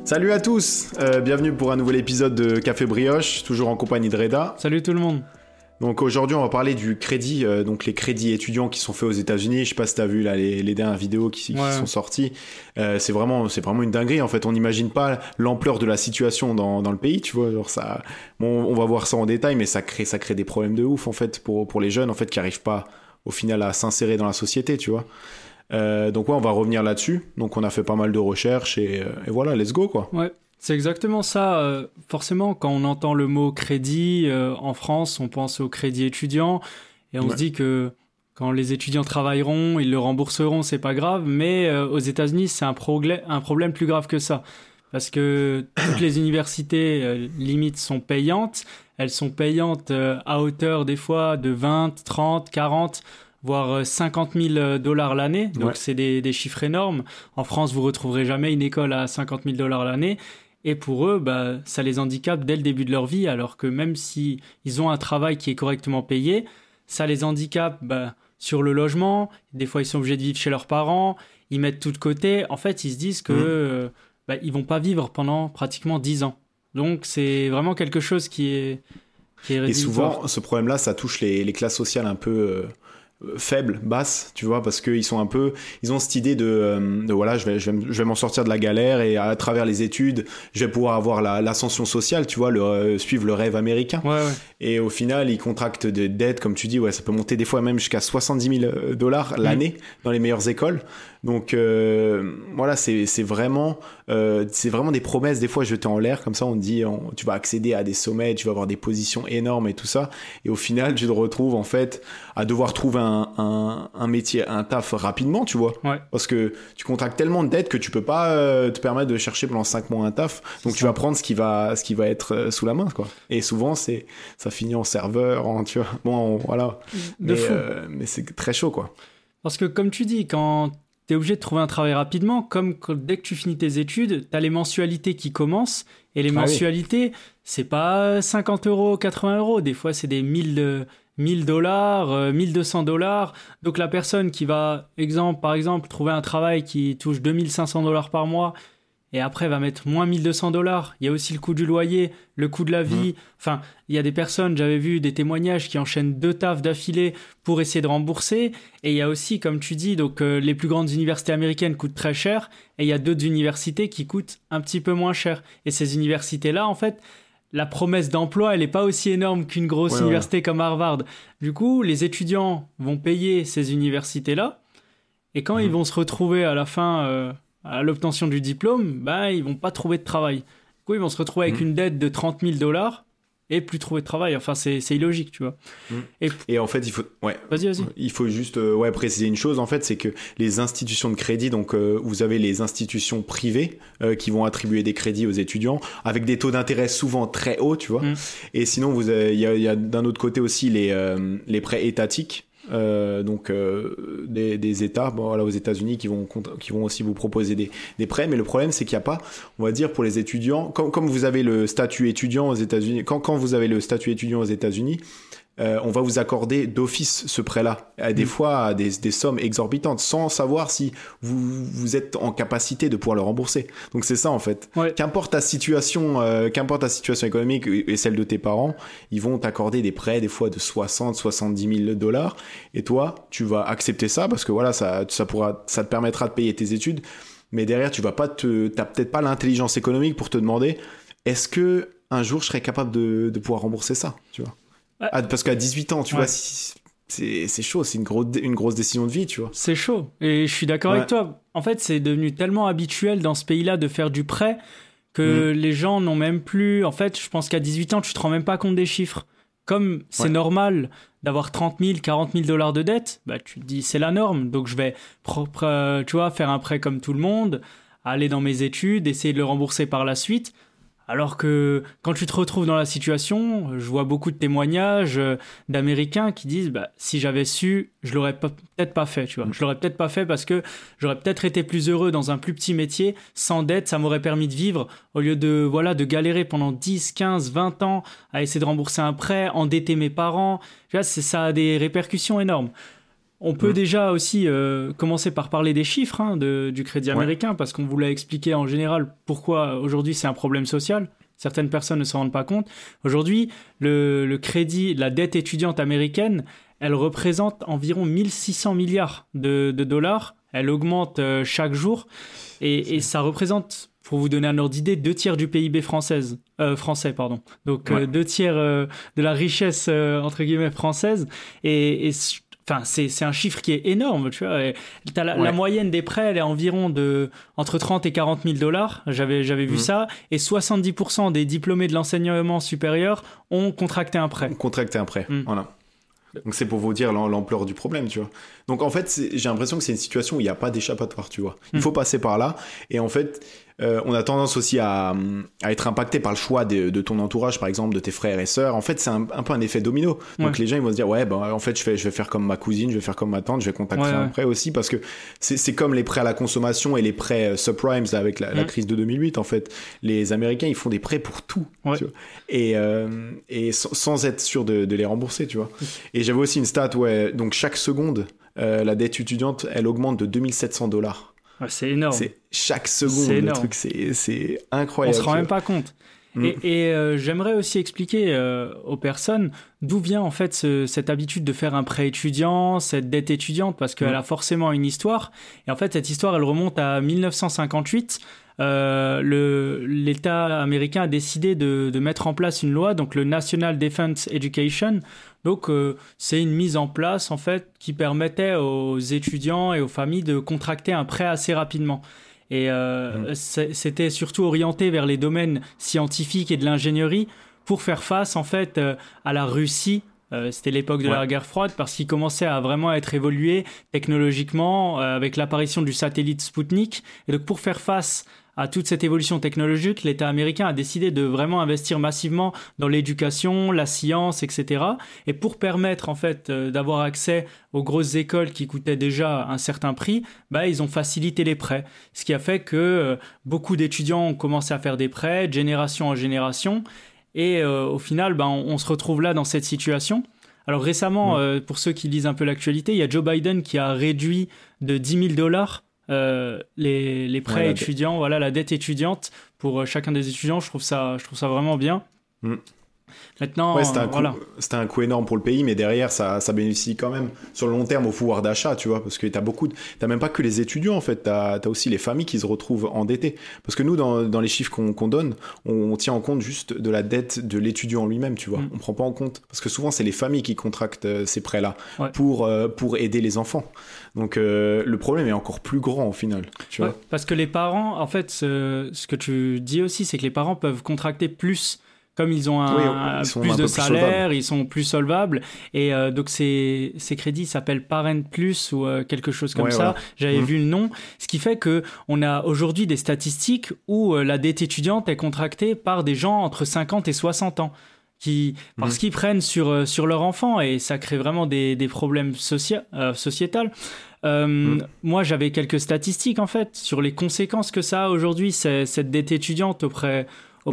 Salut à tous, bienvenue pour un nouvel épisode de Café Brioche, toujours en compagnie de Reda. Salut tout le monde. Donc aujourd'hui on va parler du crédit, donc les crédits étudiants qui sont faits aux États-Unis. Je sais pas si t'as vu là les dernières vidéos qui sont sorties. C'est vraiment une dinguerie en fait. On n'imagine pas l'ampleur de la situation dans le pays, tu vois. Genre ça, bon, on va voir ça en détail, mais ça crée des problèmes de ouf en fait pour les jeunes en fait qui arrivent pas au final à s'insérer dans la société, tu vois. Donc ouais, on va revenir là-dessus. Donc on a fait pas mal de recherches et voilà, let's go quoi. Ouais. C'est exactement ça. Forcément, quand on entend le mot crédit en France, on pense au crédit étudiant et on se dit que quand les étudiants travailleront, ils le rembourseront, c'est pas grave. Mais aux États-Unis, c'est un problème plus grave que ça. Parce que toutes les universités, limite, sont payantes. Elles sont payantes à hauteur des fois de 20, 30, 40, voire 50 000 $ l'année. Donc c'est des chiffres énormes. En France, vous retrouverez jamais une école à 50 000 $ l'année. Et pour eux, ça les handicape dès le début de leur vie, alors que même si ils ont un travail qui est correctement payé, ça les handicape sur le logement. Des fois, ils sont obligés de vivre chez leurs parents. Ils mettent tout de côté. En fait, ils se disent que ils vont pas vivre pendant pratiquement 10 ans. Donc, c'est vraiment quelque chose qui est rédhibitoire. Et souvent, ce problème-là, ça touche les classes sociales un peu faibles, basses, tu vois, parce qu'ils ils ont cette idée de voilà, je vais m'en sortir de la galère et à travers les études, je vais pouvoir avoir l'ascension sociale, tu vois, suivre le rêve américain. Ouais. Et au final, ils contractent des dettes, comme tu dis, ça peut monter des fois même jusqu'à 70 000 $ l'année dans les meilleures écoles. Donc voilà, c'est vraiment des promesses des fois jetées en l'air comme ça. On te dit tu vas accéder à des sommets, tu vas avoir des positions énormes et tout ça, et au final tu te retrouves en fait à devoir trouver un métier, un taf rapidement, tu vois, parce que tu contractes tellement de dettes que tu peux pas te permettre de chercher pendant 5 mois un taf. Donc tu vas prendre ce qui va être sous la main, quoi. Et souvent ça finit en serveur, tu vois. Bon, voilà. Mais c'est très chaud, quoi. Parce que comme tu dis, quand t'es obligé de trouver un travail rapidement, comme dès que tu finis tes études, t'as les mensualités qui commencent, et les mensualités, c'est pas 50 €, 80 €, des fois c'est des 1000 $, 1200 $. Donc la personne qui va, par exemple, trouver un travail qui touche 2500 $ par mois, et après va mettre moins 1200 $. Il y a aussi le coût du loyer, le coût de la vie. Enfin, il y a des personnes, j'avais vu des témoignages qui enchaînent 2 tafs d'affilée pour essayer de rembourser. Et il y a aussi, comme tu dis, donc les plus grandes universités américaines coûtent très cher, et il y a d'autres universités qui coûtent un petit peu moins cher. Et ces universités-là, en fait, la promesse d'emploi, elle n'est pas aussi énorme qu'une grosse université comme Harvard. Du coup, les étudiants vont payer ces universités-là, et quand ils vont se retrouver à la fin, à l'obtention du diplôme, ils vont pas trouver de travail. Du coup, ils vont se retrouver avec une dette de 30 000 $ et plus trouver de travail. Enfin, c'est illogique, tu vois. Et en fait, il faut juste préciser une chose, en fait, c'est que les institutions de crédit, donc vous avez les institutions privées qui vont attribuer des crédits aux étudiants avec des taux d'intérêt souvent très hauts, tu vois. Et sinon, il y a d'un autre côté aussi les prêts étatiques. Des États, aux États-Unis qui vont aussi vous proposer des prêts, mais le problème c'est qu'il n'y a pas, on va dire, pour les étudiants, comme vous avez le statut étudiant aux États-Unis, quand vous avez le statut étudiant aux États-Unis, on va vous accorder d'office ce prêt-là, des fois à des sommes exorbitantes, sans savoir si vous êtes en capacité de pouvoir le rembourser. Donc c'est ça en fait. Qu'importe ta situation économique et celle de tes parents, ils vont t'accorder des prêts des fois de 70 000 $, et toi tu vas accepter ça parce que voilà, ça te permettra de payer tes études, mais derrière t'as peut-être pas l'intelligence économique pour te demander est-ce que un jour je serai capable de pouvoir rembourser ça, tu vois. Parce qu'à 18 ans, tu vois, c'est chaud, c'est une grosse décision de vie, tu vois. C'est chaud, et je suis d'accord avec toi. En fait, c'est devenu tellement habituel dans ce pays-là de faire du prêt que les gens n'ont même plus... En fait, je pense qu'à 18 ans, tu te rends même pas compte des chiffres. Comme c'est normal d'avoir 30 000, 40 000 $ de dette, tu te dis c'est la norme, donc je vais tu vois, faire un prêt comme tout le monde, aller dans mes études, essayer de le rembourser par la suite. Alors que quand tu te retrouves dans la situation, je vois beaucoup de témoignages d'Américains qui disent si j'avais su, je l'aurais peut-être pas fait, tu vois. Je l'aurais peut-être pas fait parce que j'aurais peut-être été plus heureux dans un plus petit métier, sans dette, ça m'aurait permis de vivre au lieu de galérer pendant 10, 15, 20 ans à essayer de rembourser un prêt, endetter mes parents. Tu vois, ça a des répercussions énormes. On peut déjà aussi commencer par parler des chiffres du crédit américain, parce qu'on vous l'a expliqué en général pourquoi aujourd'hui c'est un problème social. Certaines personnes ne s'en rendent pas compte. Aujourd'hui, le crédit, la dette étudiante américaine, elle représente environ 1600 milliards de dollars. Elle augmente chaque jour et ça représente, pour vous donner un ordre d'idée, 2/3 du PIB français. Donc 2/3 de la richesse entre guillemets française. Enfin, c'est un chiffre qui est énorme, tu vois. La moyenne des prêts, elle est environ entre 30 et 40 000 dollars. J'avais vu ça. Et 70% des diplômés de l'enseignement supérieur ont contracté un prêt. Voilà. Donc c'est pour vous dire l'ampleur du problème, tu vois. Donc en fait, j'ai l'impression que c'est une situation où il n'y a pas d'échappatoire, tu vois. Il faut passer par là. Et en fait, on a tendance aussi à être impacté par le choix de ton entourage, par exemple, de tes frères et sœurs. En fait, c'est un peu un effet domino. Donc les gens, ils vont se dire, en fait, je vais faire comme ma cousine, je vais faire comme ma tante, je vais contracter un prêt aussi, parce que c'est comme les prêts à la consommation et les prêts subprimes là, avec la crise de 2008. En fait, les Américains, ils font des prêts pour tout, tu vois, et sans être sûr de les rembourser, tu vois. Et j'avais aussi une stat, donc chaque seconde, la dette étudiante, elle augmente de 2700 dollars. C'est énorme. C'est chaque seconde, le truc, c'est incroyable. On se rend même pas compte. Et j'aimerais aussi expliquer aux personnes d'où vient en fait cette habitude de faire un prêt étudiant, cette dette étudiante, parce qu'elle a forcément une histoire. Et en fait, cette histoire, elle remonte à 1958. L'État américain a décidé de mettre en place une loi, donc le National Defense Education. Donc, c'est une mise en place, en fait, qui permettait aux étudiants et aux familles de contracter un prêt assez rapidement. Et c'était surtout orienté vers les domaines scientifiques et de l'ingénierie pour faire face, en fait, à la Russie. C'était l'époque de la guerre froide, parce qu'il commençait à vraiment être évolué technologiquement avec l'apparition du satellite Sputnik. Et donc, pour faire face à toute cette évolution technologique, l'État américain a décidé de vraiment investir massivement dans l'éducation, la science, etc. Et pour permettre en fait d'avoir accès aux grosses écoles qui coûtaient déjà un certain prix, ils ont facilité les prêts. Ce qui a fait que beaucoup d'étudiants ont commencé à faire des prêts, de génération en génération. Et au final, on se retrouve là dans cette situation. Alors récemment, pour ceux qui lisent un peu l'actualité, il y a Joe Biden qui a réduit de 10 000 dollars les prêts étudiants, la dette étudiante pour chacun des étudiants. Je trouve ça vraiment bien. Maintenant, c'était un coût énorme pour le pays, mais derrière ça bénéficie quand même sur le long terme au pouvoir d'achat, tu vois, parce que t'as même pas que les étudiants en fait, t'as aussi les familles qui se retrouvent endettées, parce que nous dans les chiffres qu'on donne, on tient en compte juste de la dette de l'étudiant lui-même, tu vois. On prend pas en compte, parce que souvent c'est les familles qui contractent ces prêts là pour aider les enfants. Donc le problème est encore plus grand au final, tu vois. Parce que les parents, en fait, ce que tu dis aussi, c'est que les parents peuvent contracter plus. Comme ils ont plus de salaire, ils sont plus solvables. Et donc, ces crédits s'appellent Parent Plus ou quelque chose comme ça. Voilà. J'avais vu le nom. Ce qui fait qu'on a aujourd'hui des statistiques où la dette étudiante est contractée par des gens entre 50 et 60 ans. Parce qu'ils prennent sur leur enfant, et ça crée vraiment des problèmes sociétals. Moi, j'avais quelques statistiques, en fait, sur les conséquences que ça a aujourd'hui, cette dette étudiante auprès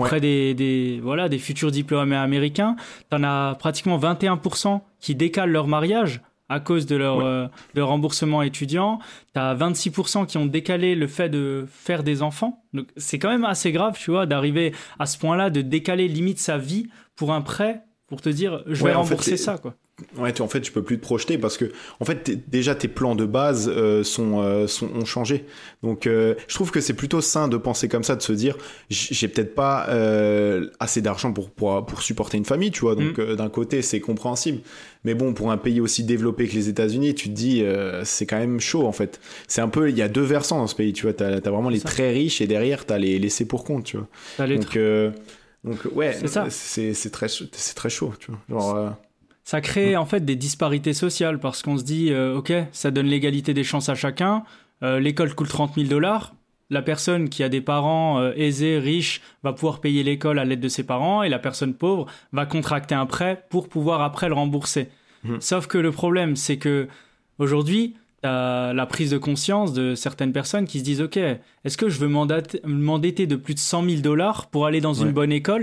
des futurs diplômés américains. T'en as pratiquement 21% qui décalent leur mariage à cause de leur remboursement étudiant. T'as 26% qui ont décalé le fait de faire des enfants. Donc, c'est quand même assez grave, tu vois, d'arriver à ce point-là, de décaler limite sa vie pour un prêt, pour te dire, je vais rembourser ça, quoi. En fait, tu peux plus te projeter parce que, en fait, déjà tes plans de base ont changé. Donc, je trouve que c'est plutôt sain de penser comme ça, de se dire, j'ai peut-être pas assez d'argent pour supporter une famille, tu vois. Donc, d'un côté, c'est compréhensible. Mais bon, pour un pays aussi développé que les États-Unis, tu te dis, c'est quand même chaud, en fait. C'est un peu, il y a deux versants dans ce pays, tu vois. T'as vraiment les très riches et derrière, t'as les laissés pour compte, tu vois. Donc, ouais, c'est très chaud, tu vois. Genre. Ça crée en fait des disparités sociales parce qu'on se dit, ok, ça donne l'égalité des chances à chacun, l'école coûte 30 000 dollars, la personne qui a des parents aisés, riches, va pouvoir payer l'école à l'aide de ses parents, et la personne pauvre va contracter un prêt pour pouvoir après le rembourser. Sauf que le problème, c'est que aujourd'hui, t'as la prise de conscience de certaines personnes qui se disent, ok, est-ce que je veux m'endetter de plus de 100 000 dollars pour aller dans une bonne école ?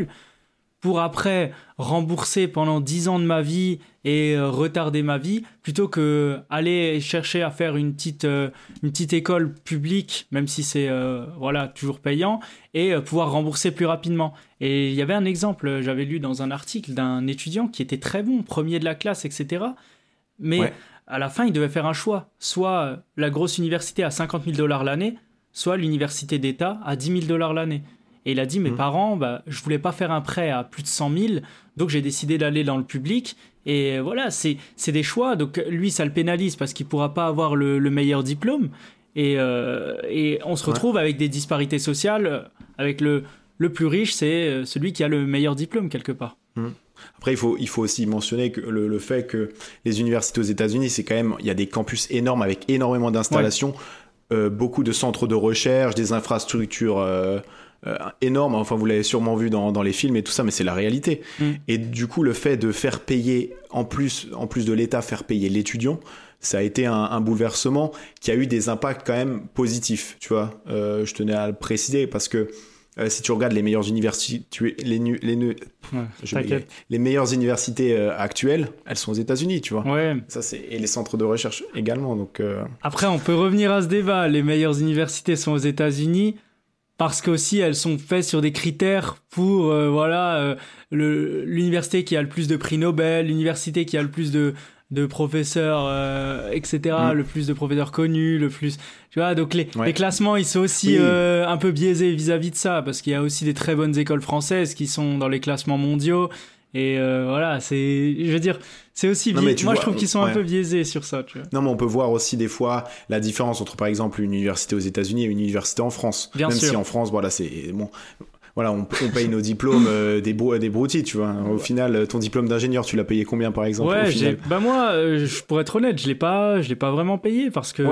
pour après rembourser pendant 10 ans de ma vie et retarder ma vie, plutôt que aller chercher à faire une petite école publique, même si c'est toujours payant, et pouvoir rembourser plus rapidement. Et il y avait un exemple, j'avais lu dans un article d'un étudiant qui était très bon, premier de la classe, etc. Mais à la fin, il devait faire un choix. Soit la grosse université à $50,000 l'année, soit l'université d'État à $10,000 l'année. Et il a dit, mes parents, je voulais pas faire un prêt à plus de 100 000, donc j'ai décidé d'aller dans le public. Et voilà, c'est des choix. Donc lui, ça le pénalise parce qu'il pourra pas avoir le meilleur diplôme. Et on se retrouve avec des disparités sociales. Avec le plus riche, c'est celui qui a le meilleur diplôme quelque part. Après, il faut aussi mentionner que le fait que les universités aux États-Unis, c'est quand même, il y a des campus énormes avec énormément d'installations, beaucoup de centres de recherche, des infrastructures énorme, enfin vous l'avez sûrement vu dans les films et tout ça, mais c'est la réalité. Et du coup, le fait de faire payer, en plus de l'État, faire payer l'étudiant, ça a été un bouleversement qui a eu des impacts quand même positifs, tu vois. Je tenais à le préciser parce que si tu regardes les meilleures universités, les meilleures universités actuelles, elles sont aux États-Unis, tu vois. Ça, et les centres de recherche également. Donc, Après, on peut revenir à ce débat. Les meilleures universités sont aux États-Unis. Parce qu'aussi, elles sont faites sur des critères pour, l'université qui a le plus de prix Nobel, l'université qui a le plus de professeurs, etc., le plus de professeurs connus, le plus... Tu vois, donc les classements, ils sont aussi un peu biaisés vis-à-vis de ça, parce qu'il y a aussi des très bonnes écoles françaises qui sont dans les classements mondiaux. Et je veux dire, c'est aussi moi je trouve qu'ils sont un peu biaisés sur ça, tu vois. Non, mais on peut voir aussi des fois la différence entre par exemple une université aux États-Unis et une université en France. Bien sûr. Si en France, voilà, c'est bon. Voilà, on paye nos diplômes des broutilles, tu vois. Au final, ton diplôme d'ingénieur, tu l'as payé combien par exemple? Moi, pour être honnête, je l'ai pas vraiment payé parce que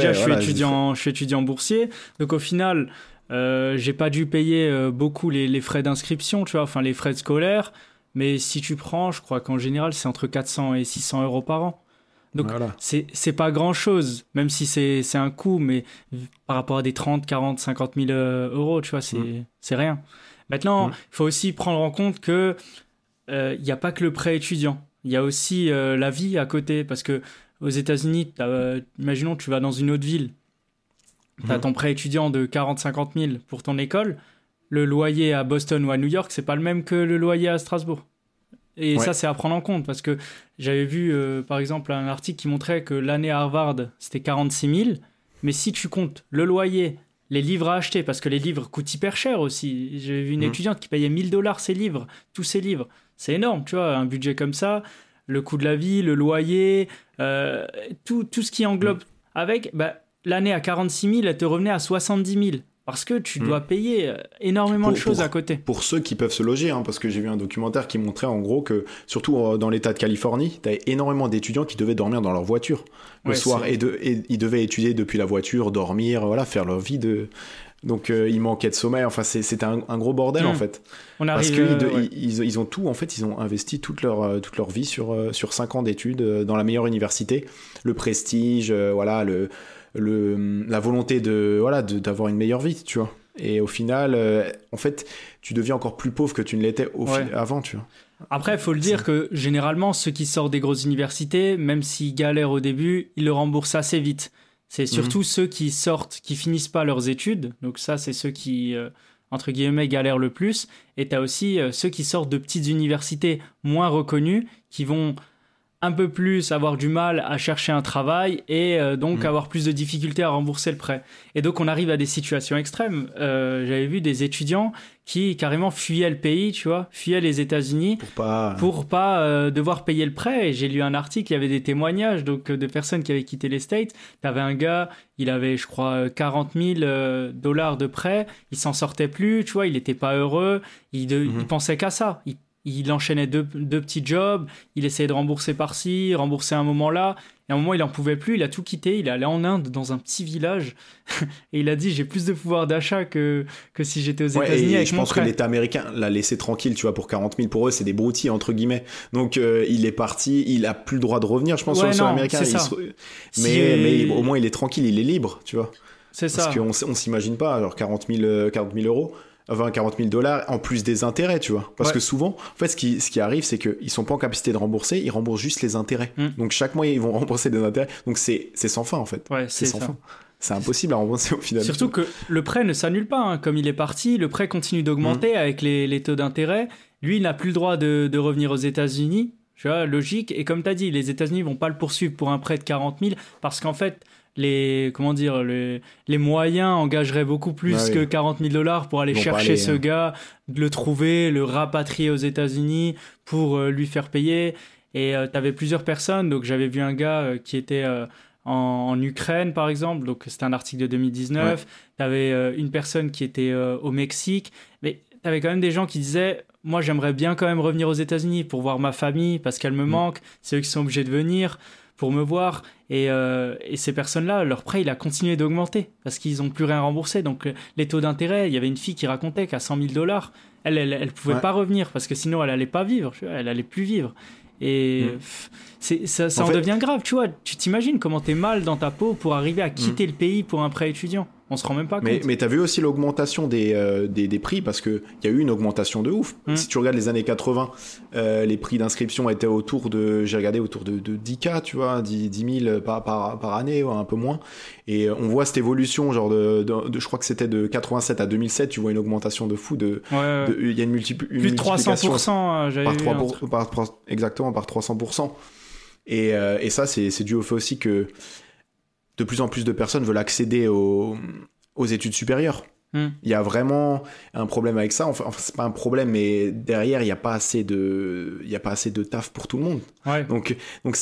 je suis étudiant boursier, donc au final, j'ai pas dû payer beaucoup les frais d'inscription, tu vois, enfin les frais scolaires. Mais si tu prends, je crois qu'en général, c'est entre 400 et 600 euros par an. Donc, c'est pas grand-chose, même si c'est un coût, mais par rapport à des 30, 40, 50 000 euros, tu vois, c'est rien. Maintenant, il faut aussi prendre en compte que il n'y a pas que le prêt étudiant. Il y a aussi la vie à côté, parce que aux États-Unis, imaginons, tu vas dans une autre ville, tu as ton prêt étudiant de 40, 50 000 pour ton école. Le loyer à Boston ou à New York, c'est pas le même que le loyer à Strasbourg. Et ça, c'est à prendre en compte parce que j'avais vu, par exemple, un article qui montrait que l'année à Harvard, c'était 46 000. Mais si tu comptes le loyer, les livres à acheter, parce que les livres coûtent hyper cher aussi. J'ai vu une étudiante qui payait $1,000 ses livres, tous ses livres. C'est énorme, tu vois, un budget comme ça. Le coût de la vie, le loyer, tout ce qui englobe avec, l'année à 46 000, elle te revenait à 70 000. Parce que tu dois payer énormément de choses à côté. Pour ceux qui peuvent se loger, parce que j'ai vu un documentaire qui montrait en gros que, surtout dans l'État de Californie, tu avais énormément d'étudiants qui devaient dormir dans leur voiture le soir. Et ils devaient étudier depuis la voiture, dormir, faire leur vie de... Donc il manquait de sommeil, enfin c'était un gros bordel en fait. Parce qu'ils ont tout, en fait, ils ont investi toute leur vie sur 5 ans d'études dans la meilleure université. Le prestige, la volonté d'avoir une meilleure vie, tu vois. Et au final, en fait, tu deviens encore plus pauvre que tu ne l'étais avant, tu vois. Après, il faut le dire que généralement, ceux qui sortent des grosses universités, même s'ils galèrent au début, ils le remboursent assez vite. C'est surtout ceux qui finissent pas leurs études. Donc ça, c'est ceux qui, entre guillemets, galèrent le plus. Et tu as aussi ceux qui sortent de petites universités moins reconnues, qui vont un peu plus avoir du mal à chercher un travail et donc avoir plus de difficultés à rembourser le prêt. Et donc, on arrive à des situations extrêmes. J'avais vu des étudiants qui carrément fuyaient le pays, tu vois, fuyaient les États-Unis pour pas devoir payer le prêt. Et j'ai lu un article, il y avait des témoignages donc, de personnes qui avaient quitté les States. T'avais un gars, il avait, je crois, $40 000 de prêt. Il s'en sortait plus, tu vois, il était pas heureux. Il pensait qu'à ça. Il enchaînait deux petits jobs, il essayait de rembourser par-ci, rembourser un moment là, et à un moment il en pouvait plus, il a tout quitté, il est allé en Inde dans un petit village, et il a dit j'ai plus de pouvoir d'achat que si j'étais aux États-Unis avec mon prêt. Je pense que l'État américain l'a laissé tranquille, tu vois, pour 40 000, pour eux c'est des broutilles entre guillemets, donc il est parti, il a plus le droit de revenir, je pense, sur le sol américain, mais au moins il est tranquille, il est libre, tu vois. C'est Parce qu'on s'imagine pas, alors 40 000 euros, 40 000 $ en plus des intérêts, tu vois. Parce que souvent, en fait, ce qui arrive, c'est qu'ils sont pas en capacité de rembourser, ils remboursent juste les intérêts. Donc chaque mois, ils vont rembourser des intérêts. Donc c'est sans fin, en fait. Ouais, c'est sans fin. C'est impossible à rembourser au final. Surtout que le prêt ne s'annule pas, hein. Comme il est parti, le prêt continue d'augmenter avec les taux d'intérêt. Lui, il n'a plus le droit de revenir aux États-Unis. Tu vois, logique. Et comme tu as dit, les États-Unis vont pas le poursuivre pour un prêt de 40 000 parce qu'en fait, les moyens engageraient beaucoup plus que 40 000 $ pour aller chercher ce gars, de le trouver, le rapatrier aux États-Unis pour lui faire payer. Et tu avais plusieurs personnes. Donc, j'avais vu un gars qui était en Ukraine, par exemple. Donc, c'était un article de 2019. Tu avais une personne qui était au Mexique. Mais tu avais quand même des gens qui disaient... Moi, j'aimerais bien quand même revenir aux États-Unis pour voir ma famille parce qu'elle me manque. C'est eux qui sont obligés de venir pour me voir. Et ces personnes-là, leur prêt, il a continué d'augmenter parce qu'ils n'ont plus rien remboursé. Donc, les taux d'intérêt, il y avait une fille qui racontait qu'à 100 000 $, elle pouvait pas revenir parce que sinon, elle allait pas vivre. Elle allait plus vivre. Et ça en devient grave, tu vois. Tu t'imagines comment t'es mal dans ta peau pour arriver à quitter le pays pour un prêt étudiant. On se rend même pas compte. Mais t'as vu aussi l'augmentation des prix parce qu'il y a eu une augmentation de ouf. Si tu regardes les années 80, les prix d'inscription étaient autour de 10K, tu vois, 10 000 par année, ou un peu moins. Et on voit cette évolution, genre je crois que c'était de 87 à 2007, tu vois une augmentation de fou. Il y a une multiplication. Plus de 300%, j'avais vu. Exactement, par 300%. Et ça, c'est dû au fait aussi que de plus en plus de personnes veulent accéder aux études supérieures. Il y a vraiment un problème avec ça. Enfin, c'est pas un problème, mais derrière, il n'y a pas assez de taf pour tout le monde. Ouais. Donc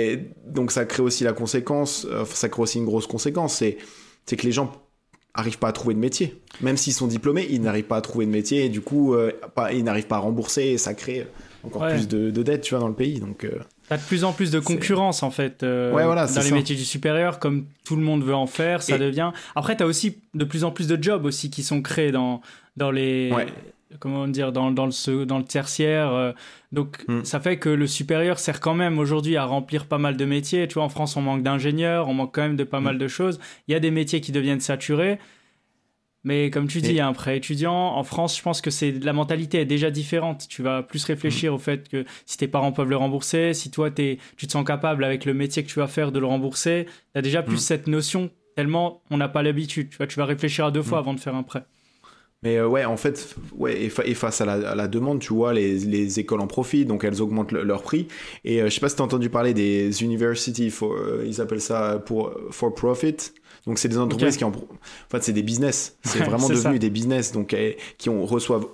ça crée aussi la conséquence, ça crée aussi une grosse conséquence, c'est que les gens arrivent pas à trouver de métier. Même s'ils sont diplômés, ils n'arrivent pas à trouver de métier et du coup, ils n'arrivent pas à rembourser et ça crée encore plus de dettes, tu vois, dans le pays. Donc, t'as de plus en plus de concurrence, en fait, dans les métiers du supérieur, comme tout le monde veut en faire, ça devient... Après, t'as aussi de plus en plus de jobs aussi qui sont créés dans les... Comment dire, dans le tertiaire. Donc, ça fait que le supérieur sert quand même aujourd'hui à remplir pas mal de métiers. Tu vois, en France, on manque d'ingénieurs, on manque quand même de pas mal de choses. Il y a des métiers qui deviennent saturés. Mais comme tu dis, il y a un prêt étudiant. En France, je pense que la mentalité est déjà différente. Tu vas plus réfléchir au fait que si tes parents peuvent le rembourser, si toi, tu te sens capable avec le métier que tu vas faire de le rembourser, tu as déjà plus cette notion, tellement on n'a pas l'habitude. Tu vas réfléchir à 2 fois avant de faire un prêt. Mais en fait, et face à la demande, tu vois, les écoles en profitent, donc elles augmentent leur prix. Et je sais pas si tu as entendu parler des university ils appellent ça for profit. Donc c'est des entreprises qui en fait c'est des business, c'est vraiment devenu des business, donc qui reçoivent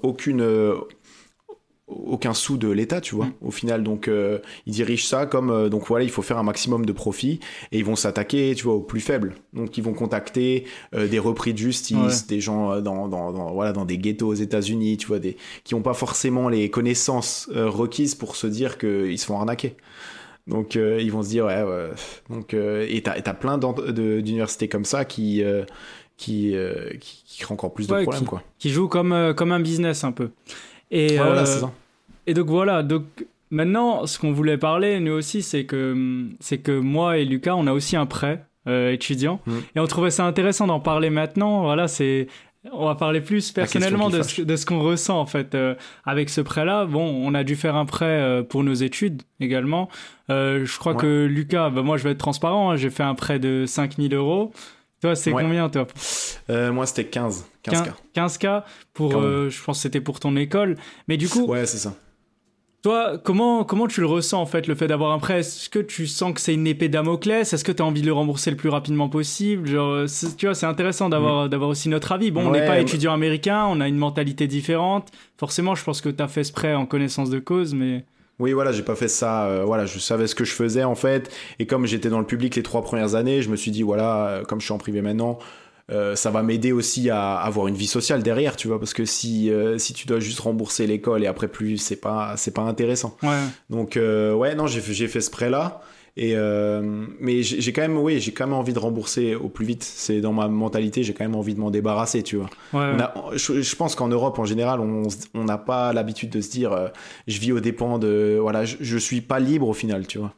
aucun sou de l'État, tu vois, au final. Donc ils dirigent ça comme donc voilà, il faut faire un maximum de profit et ils vont s'attaquer, tu vois, aux plus faibles. Donc ils vont contacter des repris de justice, des gens dans des ghettos aux États-Unis, tu vois, qui ont pas forcément les connaissances requises pour se dire qu'ils se font arnaquer. Donc ils vont se dire donc et t'as plein d'universités comme ça qui créent encore plus de problèmes, quoi. Qui jouent comme un business un peu. Et voilà, c'est ça. Et donc voilà, donc maintenant ce qu'on voulait parler nous aussi, c'est que moi et Lucas, on a aussi un prêt étudiant et on trouvait ça intéressant d'en parler maintenant. Voilà, on va parler plus personnellement de ce qu'on ressent en fait avec ce prêt-là. Bon, on a dû faire un prêt pour nos études également. Je crois que Lucas, moi je vais être transparent, hein, j'ai fait un prêt de 5 000 €. Toi, c'est combien, toi? Moi, c'était 15K. 15K pour, je pense que c'était pour ton école. Mais du coup... Ouais, c'est ça. Toi, comment tu le ressens, en fait, le fait d'avoir un prêt? Est-ce que tu sens que c'est une épée Damoclès? Est-ce que tu as envie de le rembourser le plus rapidement possible? Genre, tu vois, c'est intéressant d'avoir aussi notre avis. Bon, on n'est pas étudiant américain, on a une mentalité différente. Forcément, je pense que tu as fait ce prêt en connaissance de cause, mais... Oui, voilà, j'ai pas fait ça. Je savais ce que je faisais, en fait. Et comme j'étais dans le public les 3 premières années, je me suis dit, voilà, comme je suis en privé maintenant... ça va m'aider aussi à avoir une vie sociale derrière, tu vois, parce que si tu dois juste rembourser l'école et après plus, c'est pas intéressant. Donc non, j'ai fait ce prêt là mais j'ai quand même envie de rembourser au plus vite. C'est dans ma mentalité, j'ai quand même envie de m'en débarrasser, tu vois. Je pense qu'en Europe en général, on n'a pas l'habitude de se dire je vis aux dépens de je suis pas libre au final, tu vois.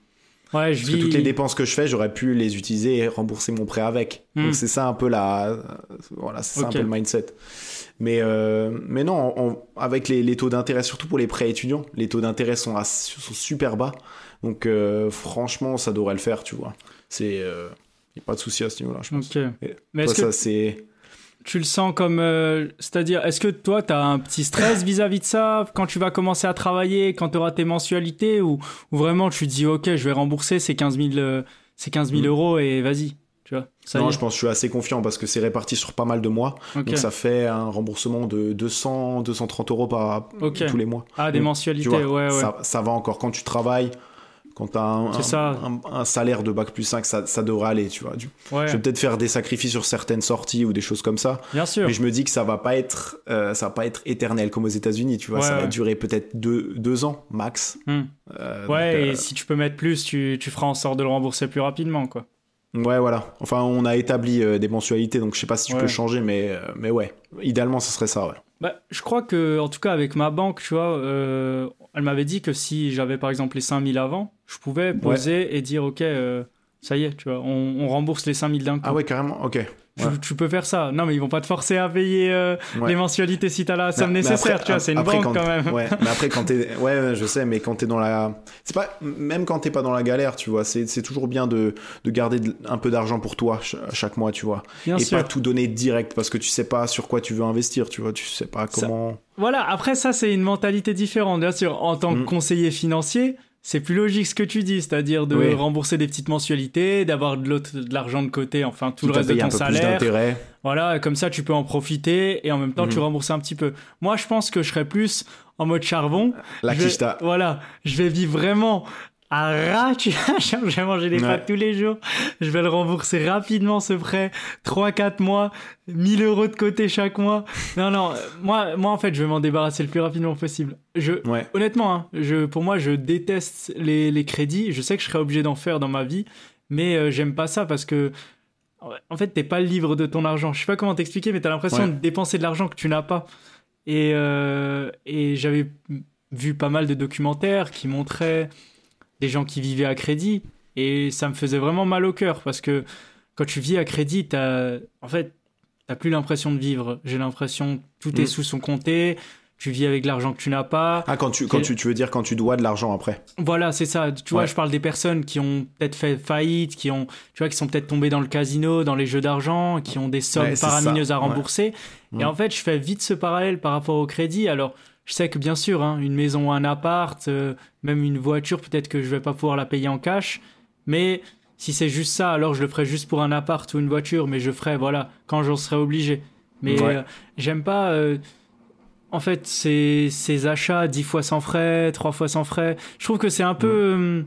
Ouais, Parce que toutes les dépenses que je fais, j'aurais pu les utiliser et rembourser mon prêt avec. Donc c'est ça un peu voilà, c'est ça un peu le mindset. Mais non, avec les taux d'intérêt, surtout pour les prêts étudiants, les taux d'intérêt sont super bas. Donc franchement, ça devrait le faire, tu vois. Il n'y a pas de souci à ce niveau-là, je pense. Okay. Mais toi, tu le sens comme... c'est-à-dire, est-ce que toi, tu as un petit stress vis-à-vis de ça quand tu vas commencer à travailler, quand tu auras tes mensualités, ou vraiment tu te dis, OK, je vais rembourser ces 15 000 euros et vas-y, tu vois, je pense que je suis assez confiant parce que c'est réparti sur pas mal de mois. Okay. Donc ça fait un remboursement de 230 euros tous les mois. Ah, des donc, mensualités, vois, ouais. Ça va encore quand tu travailles. Quand tu as un salaire de Bac+5, ça devrait aller, tu vois. Je vais peut-être faire des sacrifices sur certaines sorties ou des choses comme ça. Bien sûr. Mais je me dis que ça va pas être éternel comme aux États-Unis, tu vois. Ça va durer peut-être 2 ans max. Et si tu peux mettre plus, tu feras en sorte de le rembourser plus rapidement, quoi. Ouais, voilà. Enfin, on a établi des mensualités, donc je sais pas si tu peux changer, mais ouais. Idéalement, ce serait ça, ouais. Bah, je crois que, en tout cas, avec ma banque, tu vois, elle m'avait dit que si j'avais, par exemple, les 5 000 avant, je pouvais poser et dire, OK, ça y est, tu vois, on rembourse les 5 000 d'un coup. Ah ouais, carrément, OK. Tu peux faire ça. Non, mais ils vont pas te forcer à payer les mensualités si t'as la somme nécessaire, après, tu vois, c'est une banque quand même. Ouais, mais après, quand t'es... Ouais, je sais, mais quand t'es dans la... C'est pas... Même quand t'es pas dans la galère, tu vois, c'est toujours bien de garder un peu d'argent pour toi chaque mois, tu vois. Bien sûr. Pas tout donner direct, parce que tu sais pas sur quoi tu veux investir, tu vois, tu sais pas comment... Voilà, après ça, c'est une mentalité différente, bien sûr. En tant que conseiller financier... C'est plus logique ce que tu dis, c'est-à-dire de rembourser des petites mensualités, d'avoir de l'argent de côté, enfin tout le reste de ton salaire. Plus d'intérêt. Voilà, comme ça tu peux en profiter et en même temps tu rembourses un petit peu. Moi je pense que je serais plus en mode charbon. La quicheta. Voilà, je vais vivre vraiment à ras, tu vois, je vais manger des pâtes tous les jours, je vais le rembourser rapidement ce prêt, 3-4 mois, 1 000 euros de côté chaque mois. Non, moi en fait je vais m'en débarrasser le plus rapidement possible. Honnêtement, hein, pour moi je déteste les crédits, je sais que je serais obligé d'en faire dans ma vie, mais j'aime pas ça parce que en fait t'es pas le livre de ton argent. Je sais pas comment t'expliquer, mais t'as l'impression de dépenser de l'argent que tu n'as pas. Et j'avais vu pas mal de documentaires qui montraient des gens qui vivaient à crédit et ça me faisait vraiment mal au cœur parce que quand tu vis à crédit, t'as plus l'impression de vivre. J'ai l'impression que tout est sous son compté, tu vis avec de l'argent que tu n'as pas. Ah, tu veux dire quand tu dois de l'argent après. Voilà, c'est ça. Tu vois, je parle des personnes qui ont peut-être fait faillite, qui sont peut-être tombées dans le casino, dans les jeux d'argent, qui ont des sommes faramineuses à rembourser. Et en fait, je fais vite ce parallèle par rapport au crédit. Alors, je sais que bien sûr, hein, une maison ou un appart, même une voiture, peut-être que je vais pas pouvoir la payer en cash. Mais si c'est juste ça, alors je le ferai juste pour un appart ou une voiture, mais je ferai, quand j'en serai obligé. Mais j'aime pas... en fait, ces achats 10 fois sans frais, 3 fois sans frais, je trouve que c'est un peu...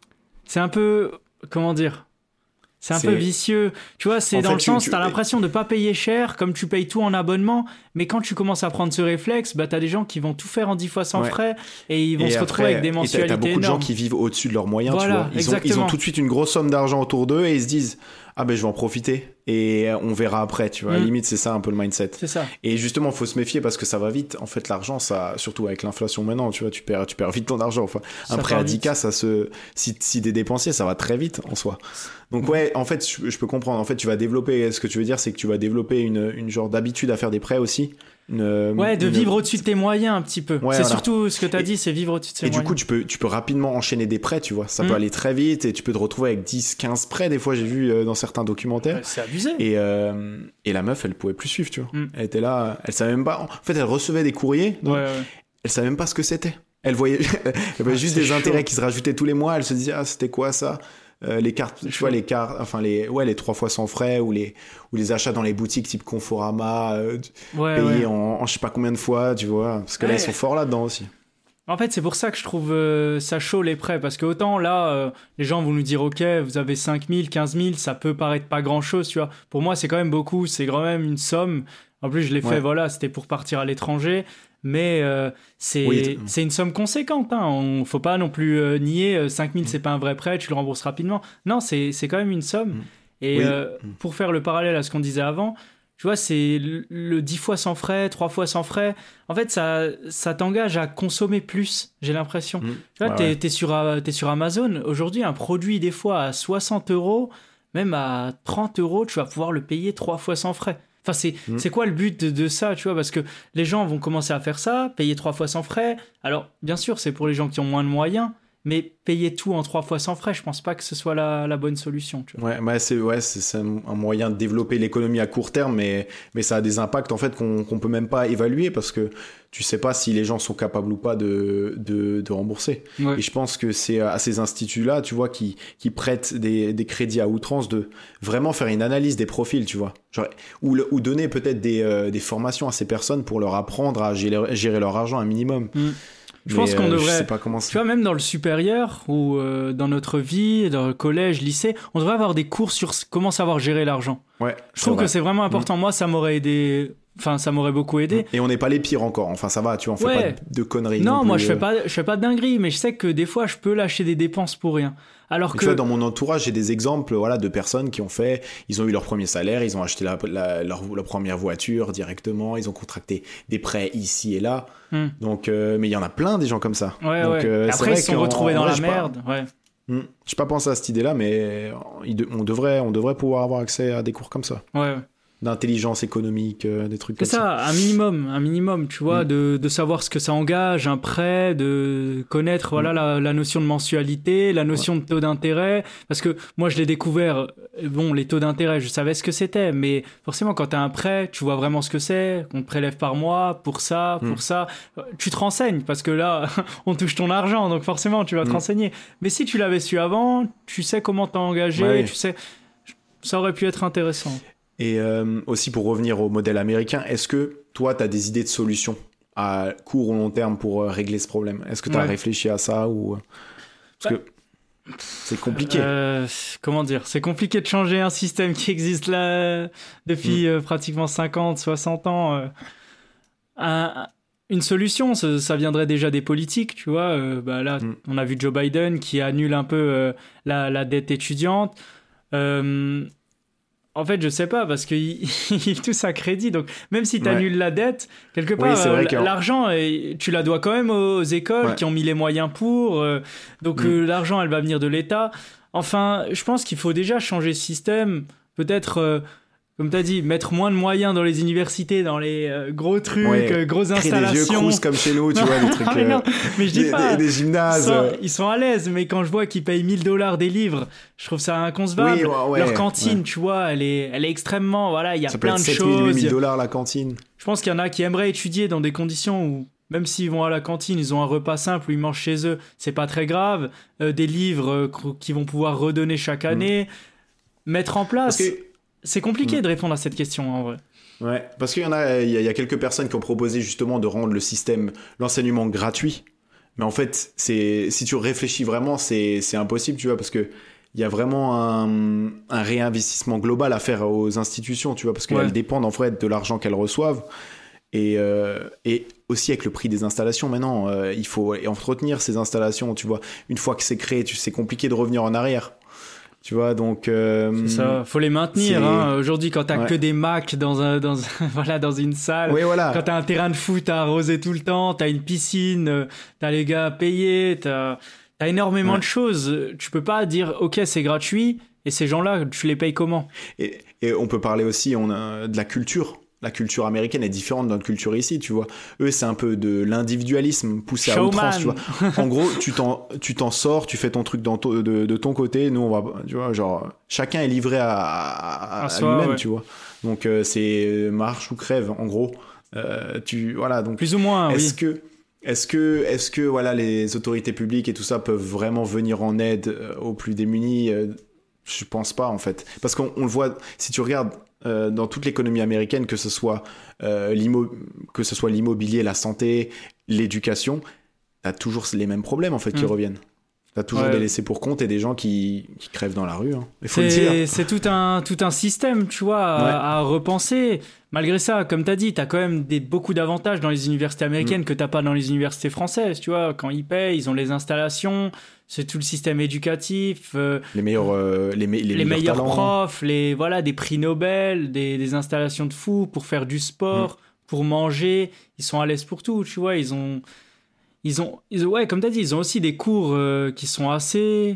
comment dire ? C'est un peu vicieux. Tu vois, c'est dans le sens, t'as l'impression de pas payer cher, comme tu payes tout en abonnement, mais quand tu commences à prendre ce réflexe, t'as des gens qui vont tout faire en 10 fois sans frais, et ils vont se retrouver avec des mensualités énormes. T'as beaucoup de gens qui vivent au-dessus de leurs moyens, tu vois. Ils ont tout de suite une grosse somme d'argent autour d'eux, et ils se disent, je vais en profiter, et on verra après, tu vois. Limite, c'est ça un peu le mindset. C'est ça. Et justement, faut se méfier parce que ça va vite. En fait, l'argent, ça, surtout avec l'inflation maintenant, tu vois, tu perds vite ton argent. Enfin, un prêt à 10K, si t'es dépensier, ça va très vite en soi. Donc en fait, je peux comprendre. En fait, tu vas développer, ce que tu veux dire, c'est que tu vas développer une genre d'habitude à faire des prêts aussi. Vivre au-dessus de tes moyens un petit peu. C'est surtout ce que tu as dit, c'est vivre au-dessus de ses moyens. Et du coup, tu peux rapidement enchaîner des prêts, tu vois. Ça peut aller très vite et tu peux te retrouver avec 10-15 prêts, des fois, j'ai vu dans certains documentaires. C'est abusé. Et la meuf, elle pouvait plus suivre, tu vois. Elle était là, elle savait même pas. En fait, elle recevait des courriers, donc elle savait même pas ce que c'était. Elle voyait juste des intérêts qui se rajoutaient tous les mois. Elle se disait, c'était quoi ça? Les cartes, tu vois, les 3 fois sans frais ou les achats dans les boutiques type Conforama, payés en je sais pas combien de fois, tu vois, parce que là ils sont forts là-dedans aussi. En fait, c'est pour ça que je trouve ça chaud les prêts, parce que autant là, les gens vont nous dire, ok, vous avez 5 000, 15 000, ça peut paraître pas grand-chose, tu vois. Pour moi, c'est quand même beaucoup, c'est quand même une somme. En plus, je l'ai fait, c'était pour partir à l'étranger. Mais c'est une somme conséquente, hein. Faut pas non plus nier 5 000 c'est pas un vrai prêt, tu le rembourses rapidement. Non, c'est quand même une somme. Et pour faire le parallèle à ce qu'on disait avant, tu vois, c'est le 10 fois sans frais, 3 fois sans frais. En fait, ça t'engage à consommer plus, j'ai l'impression. Tu vois, t'es sur Amazon. Aujourd'hui, un produit, des fois, à 60 €, même à 30 €, tu vas pouvoir le payer 3 fois sans frais. Enfin, c'est quoi le but de ça, tu vois? Parce que les gens vont commencer à faire ça, payer 3 fois sans frais. Alors, bien sûr, c'est pour les gens qui ont moins de moyens, mais payer tout en 3 fois sans frais, je pense pas que ce soit la bonne solution, tu vois. C'est un moyen de développer l'économie à court terme, mais ça a des impacts en fait qu'on peut même pas évaluer parce que tu sais pas si les gens sont capables ou pas de rembourser. Ouais. Et je pense que c'est à ces instituts-là, tu vois, qui prêtent des crédits à outrance, de vraiment faire une analyse des profils, tu vois. Genre, ou donner peut-être des formations à ces personnes pour leur apprendre à gérer leur argent un minimum. Je pense qu'on devrait, je sais pas comment tu vois, même dans le supérieur ou dans notre vie, dans le collège, lycée, on devrait avoir des cours sur comment savoir gérer l'argent. Ouais, je trouve que c'est vraiment important. Moi, ça m'aurait aidé. Enfin, ça m'aurait beaucoup aidé. Et on n'est pas les pires encore. Enfin, ça va, tu vois, on fait pas de conneries. Non, moi, je fais pas de dingueries, mais je sais que des fois, je peux lâcher des dépenses pour rien. Alors que... Tu vois, dans mon entourage, j'ai des exemples, voilà, de personnes qui ils ont eu leur premier salaire, ils ont acheté leur première voiture directement, ils ont contracté des prêts ici et là. Donc, mais il y en a plein des gens comme ça. Donc, après, ils se sont retrouvés dans la merde. J'ai pas pensé à cette idée-là, mais on devrait pouvoir avoir accès à des cours comme ça. Ouais. D'intelligence économique, des trucs comme ça. C'est ça, un minimum, tu vois, de savoir ce que ça engage, un prêt, de connaître voilà, la notion de mensualité, la notion de taux d'intérêt, parce que moi je l'ai découvert, les taux d'intérêt, je savais ce que c'était, mais forcément quand tu as un prêt, tu vois vraiment ce que c'est, qu'on te prélève par mois, pour ça, tu te renseignes, parce que là, on touche ton argent, donc forcément tu vas te renseigner. Mais si tu l'avais su avant, tu sais comment t'engager, tu sais, ça aurait pu être intéressant. Et aussi pour revenir au modèle américain, est-ce que toi, tu as des idées de solutions à court ou long terme pour régler ce problème? Est-ce que tu as réfléchi à ça ou... Parce que c'est compliqué. Comment dire? C'est compliqué de changer un système qui existe là depuis pratiquement 50, 60 ans. Une solution, ça viendrait déjà des politiques, tu vois. Là, on a vu Joe Biden qui annule un peu la dette étudiante. En fait, je sais pas, parce qu'ils tous à crédit. Donc, même si tu annules la dette, quelque part, l'argent, tu la dois quand même aux écoles qui ont mis les moyens pour. Donc, l'argent, elle va venir de l'État. Enfin, je pense qu'il faut déjà changer ce système. Peut-être, comme tu as dit, mettre moins de moyens dans les universités, dans les gros trucs, grosses installations. Créer des vieux crous comme chez nous, tu vois, des trucs... non, mais je dis pas. Des gymnases. Ils sont à l'aise, mais quand je vois qu'ils payent 1 000 $ des livres, je trouve ça inconcevable. Leur cantine, tu vois, elle est extrêmement... Voilà, il y a plein de choses. Ça peut être 7 000, 8 000 $ la cantine. Je pense qu'il y en a qui aimeraient étudier dans des conditions où, même s'ils vont à la cantine, ils ont un repas simple où ils mangent chez eux, c'est pas très grave. Des livres qu'ils vont pouvoir redonner chaque année. Mettre en place... C'est compliqué de répondre à cette question, en vrai. Ouais, parce qu'il y a quelques personnes qui ont proposé justement de rendre l'enseignement gratuit. Mais en fait, si tu réfléchis vraiment, c'est impossible, tu vois, parce que il y a vraiment un réinvestissement global à faire aux institutions, tu vois, parce qu'elles dépendent en fait de l'argent qu'elles reçoivent. Et aussi avec le prix des installations maintenant, il faut entretenir ces installations, tu vois. Une fois que c'est créé, c'est compliqué de revenir en arrière. Tu vois, donc... c'est ça, faut les maintenir. Hein. Aujourd'hui, quand t'as que des Macs dans une salle, quand t'as un terrain de foot à arroser tout le temps, t'as une piscine, t'as les gars à payer, t'as énormément de choses. Tu peux pas dire, ok, c'est gratuit, et ces gens-là, tu les payes comment? Et on peut parler aussi de la culture. La culture américaine est différente de notre culture ici, tu vois. Eux, c'est un peu de l'individualisme poussé à outrance, tu vois. En gros, tu t'en sors, tu fais ton truc de ton côté. Nous, on va, tu vois, genre, chacun est livré à lui-même, tu vois. Donc, c'est marche ou crève, en gros. Donc, plus ou moins, Est-ce que voilà, les autorités publiques et tout ça peuvent vraiment venir en aide aux plus démunis? Je pense pas, en fait. Parce qu'on le voit, si tu regardes dans toute l'économie américaine, que ce soit l'immobilier, la santé, l'éducation, t'as toujours les mêmes problèmes, en fait, qui reviennent. T'as toujours des laissés pour compte et des gens qui crèvent dans la rue. Hein. Il faut le dire. C'est tout un système, tu vois, à repenser. Malgré ça, comme tu as dit, tu as quand même beaucoup d'avantages dans les universités américaines que tu n'as pas dans les universités françaises. Tu vois, quand ils payent, ils ont les installations, c'est tout le système éducatif. Les meilleurs profs, des prix Nobel, des installations de fou pour faire du sport, pour manger. Ils sont à l'aise pour tout, tu vois. Ils ont comme tu as dit, ils ont aussi des cours qui sont assez...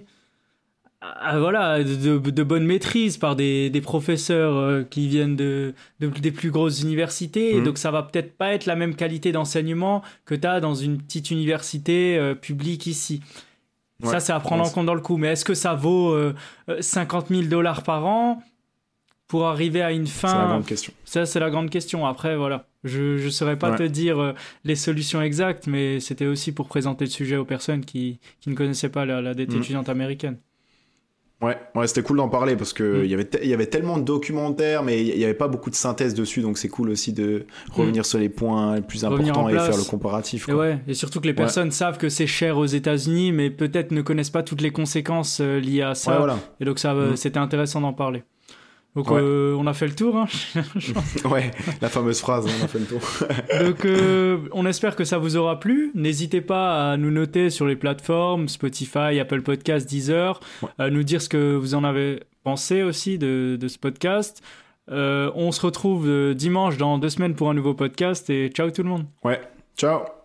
de bonne maîtrise par des professeurs qui viennent des plus grosses universités. Et donc, ça va peut-être pas être la même qualité d'enseignement que tu as dans une petite université publique ici. Ouais, ça, c'est à prendre en compte dans le coup. Mais est-ce que ça vaut $50,000 par an pour arriver à une fin? C'est la grande question. Ça, c'est la grande question. Après, voilà. Je ne saurais pas te dire les solutions exactes, mais c'était aussi pour présenter le sujet aux personnes qui ne connaissaient pas la dette étudiante américaine. Ouais, c'était cool d'en parler parce que il y avait tellement de documentaires, mais il y avait pas beaucoup de synthèse dessus, donc c'est cool aussi de revenir sur les points les plus importants et faire le comparatif. Quoi. Et surtout que les personnes savent que c'est cher aux États-Unis, mais peut-être ne connaissent pas toutes les conséquences liées à ça. Et donc c'était intéressant d'en parler. Donc on a fait le tour. Hein. Ouais, la fameuse phrase, on a fait le tour. Donc on espère que ça vous aura plu. N'hésitez pas à nous noter sur les plateformes Spotify, Apple Podcasts, Deezer, à nous dire ce que vous en avez pensé aussi de ce podcast. On se retrouve dimanche dans 2 semaines pour un nouveau podcast et ciao tout le monde. Ouais, ciao.